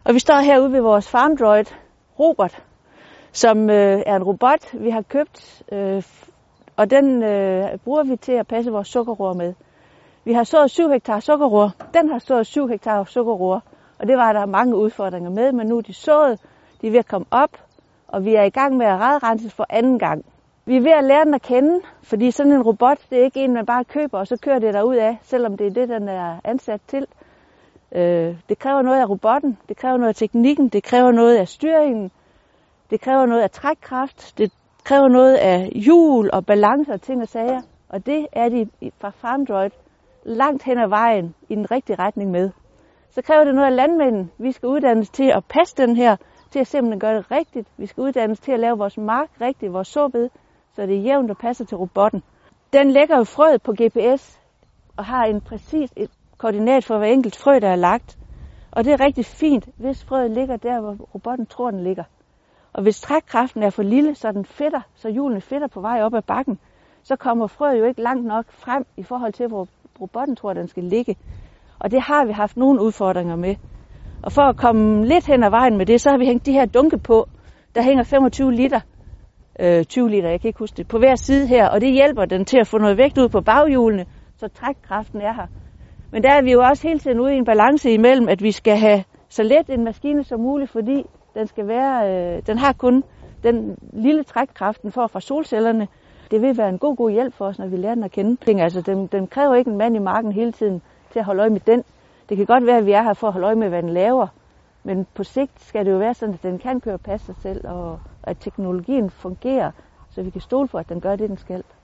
Og vi står herude ved vores FarmDroid, Robert, som er en robot, vi har købt, og den bruger vi til at passe vores sukkerroer med. Vi har sået 7 hektar sukkerroer. Den har sået 7 hektar sukkerroer, og det var der mange udfordringer med, men nu er de sået, de er ved at komme op, og vi er i gang med at radrense for anden gang. Vi er ved at lære den at kende, fordi sådan en robot, det er ikke en, man bare køber, og så kører det derud af, selvom det er det, den er ansat til. Det kræver noget af robotten, det kræver noget af teknikken, det kræver noget af styringen, det kræver noget af trækkraft, det kræver noget af hjul og balance og ting og sager. Og det er de fra FarmDroid langt hen ad vejen i den rigtige retning med. Så kræver det noget af landmænden. Vi skal uddannes til at passe den her, til at simpelthen gøre det rigtigt. Vi skal uddannes til at lave vores mark rigtigt, vores såbed, så det er jævnt og passer til robotten. Den lægger jo frøet på GPS og har et koordinat for hver enkelt frø, der er lagt. Og det er rigtig fint, hvis frøet ligger der, hvor robotten tror, den ligger. Og hvis trækkraften er for lille, så hjulene fedter på vej op ad bakken, så kommer frøet jo ikke langt nok frem i forhold til, hvor robotten tror, den skal ligge. Og det har vi haft nogle udfordringer med. Og for at komme lidt hen ad vejen med det, så har vi hængt de her dunke på. Der hænger 25 liter, 20 liter, jeg kan ikke huske det, på hver side her. Og det hjælper den til at få noget vægt ud på baghjulene, så trækkraften er her. Men der er vi jo også hele tiden ude i en balance imellem, at vi skal have så let en maskine som muligt, fordi den har kun den lille trækkraften fra solcellerne. Det vil være en god hjælp for os, når vi lærer den at kende. Altså, den kræver ikke en mand i marken hele tiden til at holde øje med den. Det kan godt være, at vi er her for at holde øje med, hvad den laver. Men på sigt skal det jo være sådan, at den kan køre og passe sig selv, og at teknologien fungerer, så vi kan stole på, at den gør det, den skal.